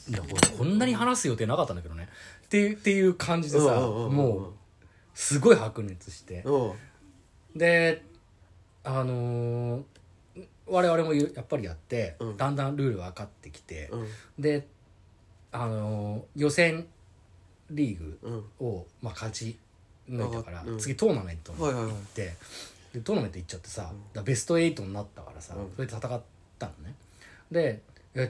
いやこんなに話す予定なかったんだけどねっていう感じでさ、もうすごい白熱して、で我々もやっぱりやって、だんだんルール分かってきて、で予選リーグを、勝ち抜いたから、次トーナメントに行って、でトーナメント行っちゃってさ、ベスト8になったからさ、それで戦ったのね。でやっ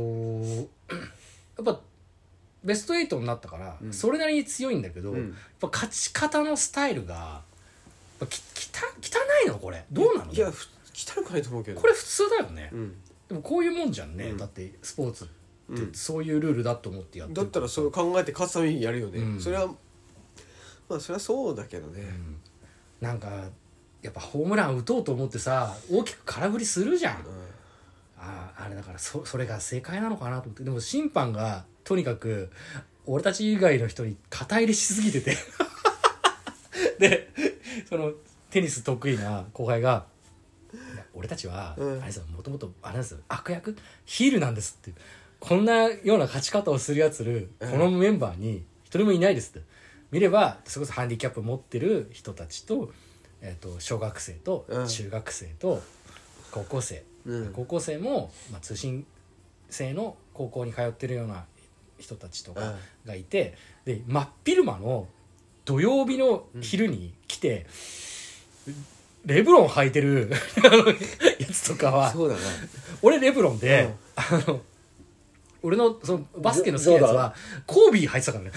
ぱベスト8になったから、それなりに強いんだけど、やっぱ勝ち方のスタイルがやっぱ汚いのこれどうなの？ いや汚くないと思うけどこれ普通だよね、でもこういうもんじゃんね、だってスポーツってそういうルールだと思ってやってる、 だったらそう考えて勝つためにやるよね、それはそれはそうだけどね、 なんかやっぱホームラン打とうと思ってさ大きく空振りするじゃん、あれだからそれが正解なのかなと思って。でも審判がとにかく俺たち以外の人に肩入れしすぎててでそのテニス得意な後輩が俺たちは、あれですよもともとあれですよ悪役ヒールなんですって、こんなような勝ち方をするやつこのメンバーに一人もいないですって、見ればそれこそハンディキャップ持ってる人たちと、小学生と中学生と高校生、高校生も、通信制の高校に通ってるような人たちとかがいて、で真っ昼間の土曜日の昼に来て、レブロン履いてるやつとかはそうだな、 俺レブロンで、俺のそのバスケの好きなやつはコービー履いてたからね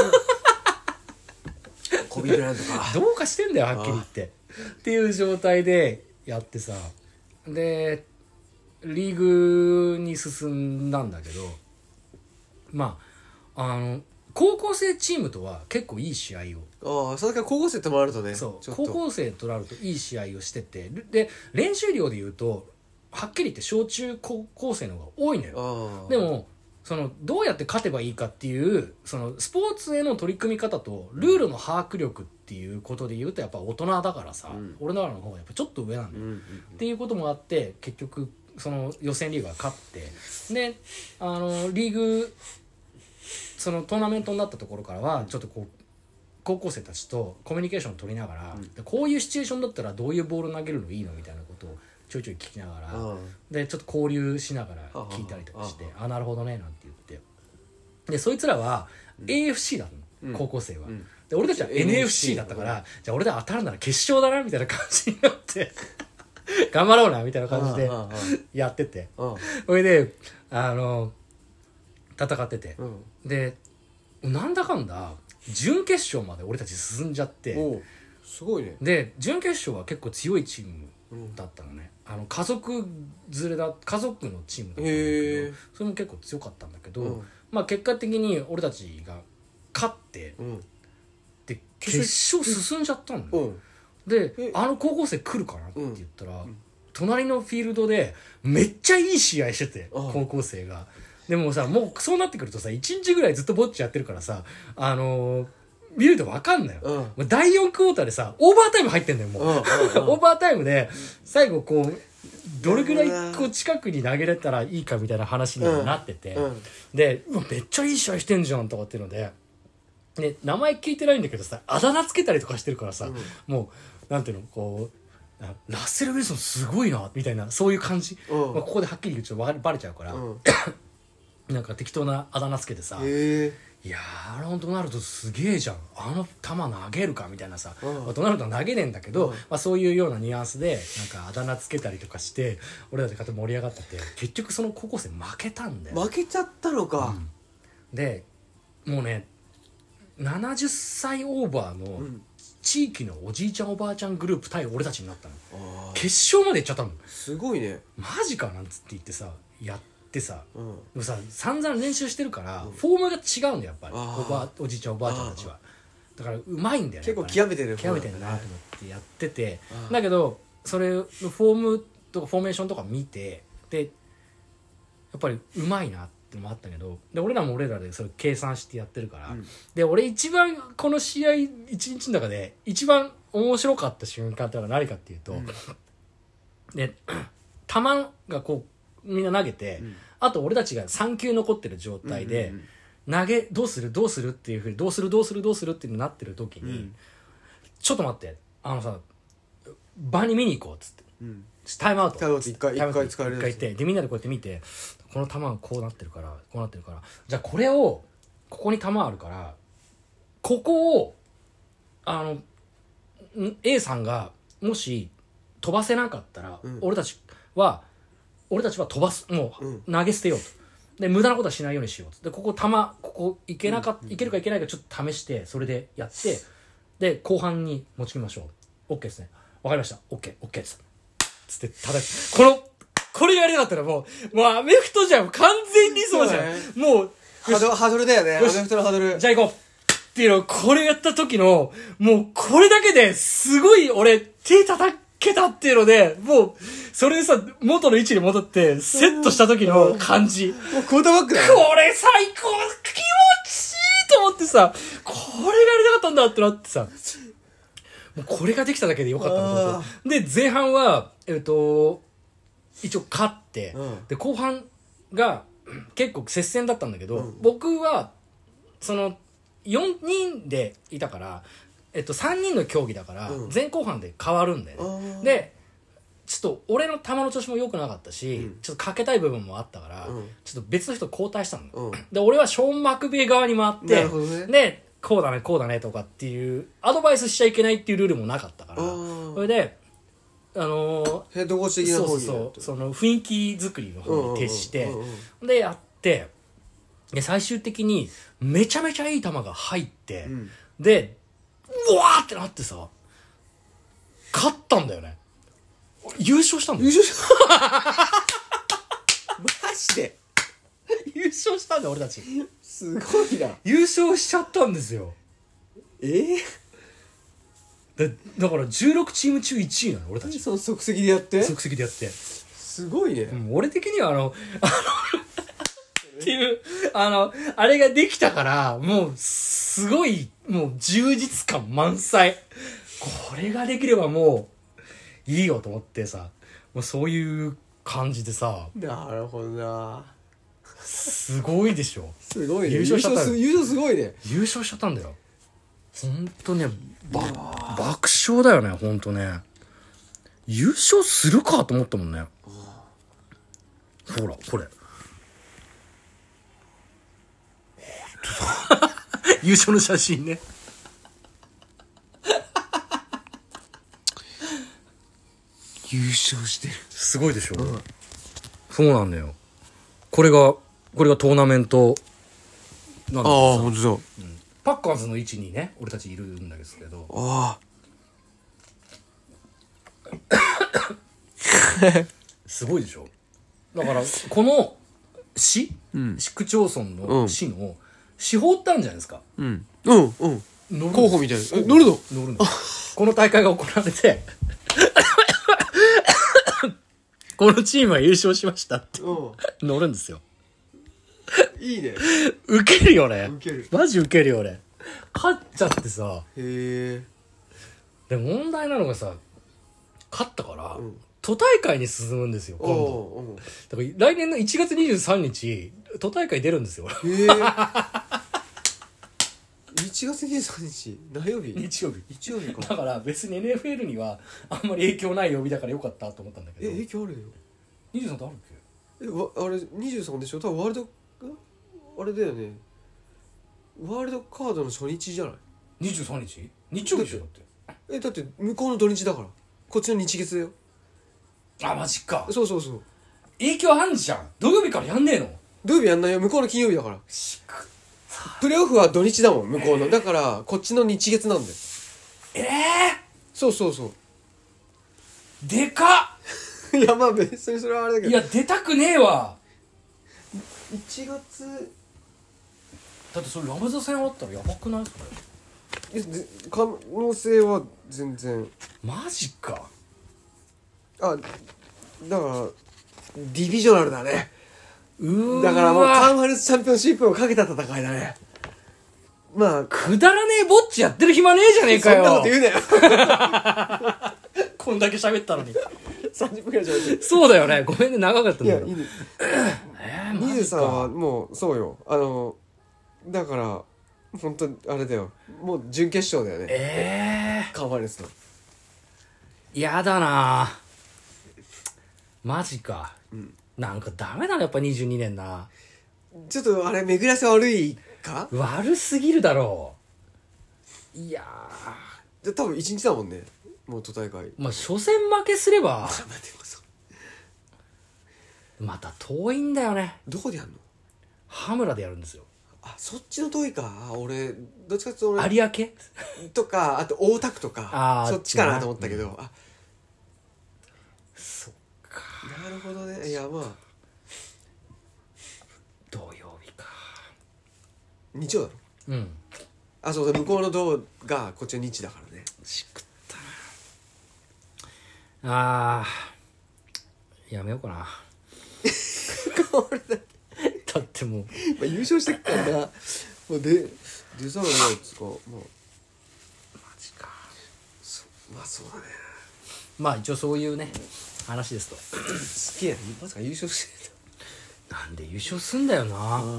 コビーブランドかどうかしてんだよはっきり言ってっていう状態でやってさ、でリーグに進んだんだけど、高校生チームとは結構いい試合を、 それから高校生と回るとね、 そう高校生となるといい試合をしてて、で練習量でいうとはっきり言って小中高校生の方が多いのよ。でもそのどうやって勝てばいいかっていうそのスポーツへの取り組み方とルールの把握力っていうことで言うとやっぱ大人だからさ、俺らの方がやっぱちょっと上なんだよ、っていうこともあって結局その予選リーグは勝って、でリーグそのトーナメントになったところからはちょっとこう高校生たちとコミュニケーションを取りながら、こういうシチュエーションだったらどういうボール投げるのいいのみたいなことをちょいちょい聞きながら、でちょっと交流しながら聞いたりとかして、なるほどねなんて言って、でそいつらは AFC だったの、高校生は、で俺たちは NFC だったから、じゃあ俺ら当たるなら決勝だなみたいな感じになって頑張ろうなみたいな感じでやってて、それで戦ってて、でなんだかんだ準決勝まで俺たち進んじゃって、 すごいね。 で準決勝は結構強いチームだったのね、家族連れ家族のチームだったんだけど、それも結構強かったんだけど、結果的に俺たちが勝って、で決勝進んじゃったんだよ、で高校生来るかなって言ったら、隣のフィールドでめっちゃいい試合してて、高校生が。でもさもうそうなってくるとさ1日ぐらいずっとぼっちやってるからさ見ると分かんないよ、第4クォーターでさオーバータイム入ってんだよもう、オーバータイムで最後こうどれぐらいこう近くに投げれたらいいかみたいな話になってて、でめっちゃいい試合してんじゃんとかっていうので、名前聞いてないんだけどさあだ名つけたりとかしてるからさ、もうなんていうのこうラッセル・ウィルソンすごいなみたいなそういう感じ、ここではっきり言うとバレちゃうから、なんか適当なあだ名つけてさ、いやードナルドすげえじゃん球投げるかみたいなさ、ドナルドは投げねえんだけど、そういうようなニュアンスでなんかあだ名つけたりとかして俺たち勝手盛り上がったって、結局その高校生負けたんだよ。 負けちゃったのか、 でもうね70歳オーバーの地域のおじいちゃんおばあちゃんグループ対俺たちになったの。決勝まで行っちゃったの。 すごいね。 マジかなんつって言ってさやってさ、でもさ散々練習してるから、フォームが違うんだよやっぱりおじいちゃんおばあちゃんたちは。だからうまいんだよね。 結構極めてる極めてるなと思ってやってて、だけどそれのフォームとかフォーメーションとか見て、でやっぱりうまいなってのもあったけど、で俺らも俺らでそれ計算してやってるから、で俺一番この試合一日の中で一番面白かった瞬間ってのは何かっていうと、で球がこうみんな投げて、 あと俺たちが3球残ってる状態で、投げどうするっていうふうにどうするっていうになってる時に、ちょっと待って、さ場に見に行こうっつって、タイムアウト一回使える一回行って、でみんなでこうやって見て、この球はこうなってるからじゃあこれをここに球あるからここをA さんがもし飛ばせなかったら、俺たちは飛ばす、もう投げ捨てようと。で無駄なことはしないようにしようと。でここいけるかいけないかちょっと試して、それでやって、で後半に持ち込みましょう。 OK ですね、わかりました、 OK ですつって叩く。これやりだったらもうアメフトじゃん、完全にそうじゃん、もうハドルだよね、アメフトのハドル。 じゃあ行こうっていうのを、これやった時のもうこれだけですごい俺手叩けたっていうので、もうそれでさ元の位置に戻ってセットした時の感じ、 もうクォーターバックだよ。 これ最高、気持ちいいと思ってさ、これがやりたかったんだってなってさ、もうこれができただけでよかったなと思って。で前半は一応勝って、で後半が結構接戦だったんだけど、僕はその4人でいたから、3人の競技だから、前後半で変わるんだよね。でちょっと俺の球の調子も良くなかったし、ちょっとかけたい部分もあったから、ちょっと別の人交代したの、で俺はショーン・マクベイ側に回って、でこうだねとかっていうアドバイスしちゃいけないっていうルールもなかったから、それでヘッドコーチ的な方にその雰囲気作りの方に徹して、でやって、で最終的にめちゃめちゃいい球が入って、でうわーってなってさ、勝ったんだよね。優勝したんだよ。 マジで優勝したんだよ俺たち。 すごいな。 優勝しちゃったんですよ。だから16チーム中1位なの俺たち。 その即席でやって。 すごいね。 俺的にはっていうあれができたから、もうすごいもう充実感満載。これができればもういいよと思ってさ、もうそういう感じでさ。 なるほどな。 すごいでしょ。 すごいね。 優勝しちゃった。 優勝すごいね。 優勝しちゃったんだよ。ほんとね、爆笑だよね、ほんとね。優勝するかと思ったもんね。ほら、これ。優勝の写真ね。 優勝してる。 すごいでしょ。そうなんだよ。これがトーナメントなんだけどさ。 ああ、ほんとだ。 パッカーズの位置にね、俺たちいるんですけど。 ああ。 すごいでしょ。だからこの市区町村の市の司法ってあるんじゃないですか。 候補みたいな。乗るの。 この大会が行われてこのチームは優勝しましたって乗るんですよ。 いいね。 ウケるよね。 ウケる。 マジウケるよね。勝っちゃってさ。 へえ。 で問題なのがさ、勝ったから、都大会に進むんですよ今度。だから来年の1月23日都大会出るんですよ。 へえ。1月23日何曜日？ 日曜日か。 だから別に NFL にはあんまり影響ない曜日だからよかったと思ったんだけど。 影響あるよ。 23ってあるっけ？ あれ23でしょ。多分ワールドあれだよね。ワールドカードの初日じゃない？ 23日？日曜日でしょだって。 だって向こうの土日だから。こっちの日月だよ。 あ、マジか。 そう。 影響あんじゃん。土曜日からやんねえの？ 土曜日やんないよ。向こうの金曜日だから。プレーオフは土日だもん向こうの。だからこっちの日月なんだよ。そうでかっ。いやまあ別にそれはあれだけど。 いや出たくねえわ。 1月だってそれラムズ戦あったらやばくない？それ可能性は全然。 マジか。 だからディビジョナルだね。 だからもうカンファレンスチャンピオンシップをかけた戦いだね。まあくだらねえぼっちやってる暇ねえじゃねえかよ。 そんなこと言うなよ。 こんだけ喋ったのに 30分くらい喋ってる。 そうだよね。ごめんね長かったんだよ。 いやいいね。 23はもうそうよ。だから本当あれだよ、もう準決勝だよね。カンファレンスの。 やだなマジか、なんかダメだなやっぱ22年な。 ちょっとあれ巡らせ悪いか。 悪すぎるだろう。いやで多分1日だもんね、もう都大会。 まあ初戦負けすれば待ってください。 また遠いんだよね。 どこでやんの。 羽村でやるんですよ。 あ、そっちの遠いか。俺どっちかっていうと有明とか、あと大田区とかそっちかなと思ったけど、あ、 そっか、 なるほどね。いやまあ土曜日か。 日曜だろ。 うん、 あ、そうだ、向こうの銅がこっちの日だからね。 しくったな。やめようかなこれだだってもう、 まあ、優勝してっからな。もうで出ざるを得ないっつうか、まあマジか。 まあそうだね。 まあ一応そういうね話ですと。 すげえな、まさか優勝してなんで優勝すんだよな。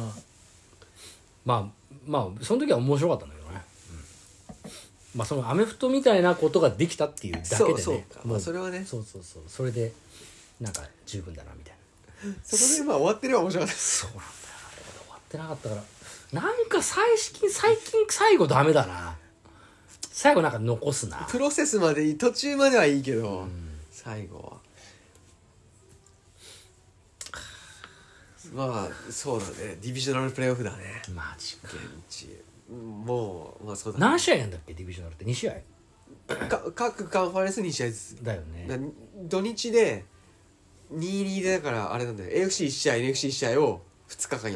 まあその時は面白かったんだけどね、まあそのアメフトみたいなことができたっていうだけでね、 そうか、まあ、それはね、 そうそれでなんか十分だなみたいな。 そこでまあ終わってれば面白かった。 そうなんだよな。終わってなかったからなんか最近最後ダメだな。最後なんか残すな。 プロセスまで途中まではいいけど、最後はまあそうだね、ディビジョナルプレーオフだね。 マジか。 現地もうまあそうだね。 何試合やんだっけディビジョナルって。2試合各カンファレンス2試合ずつだよね。 土日で2-2で、だからあれなんだよ、AFC1 試合 NFC1 試合を2日間や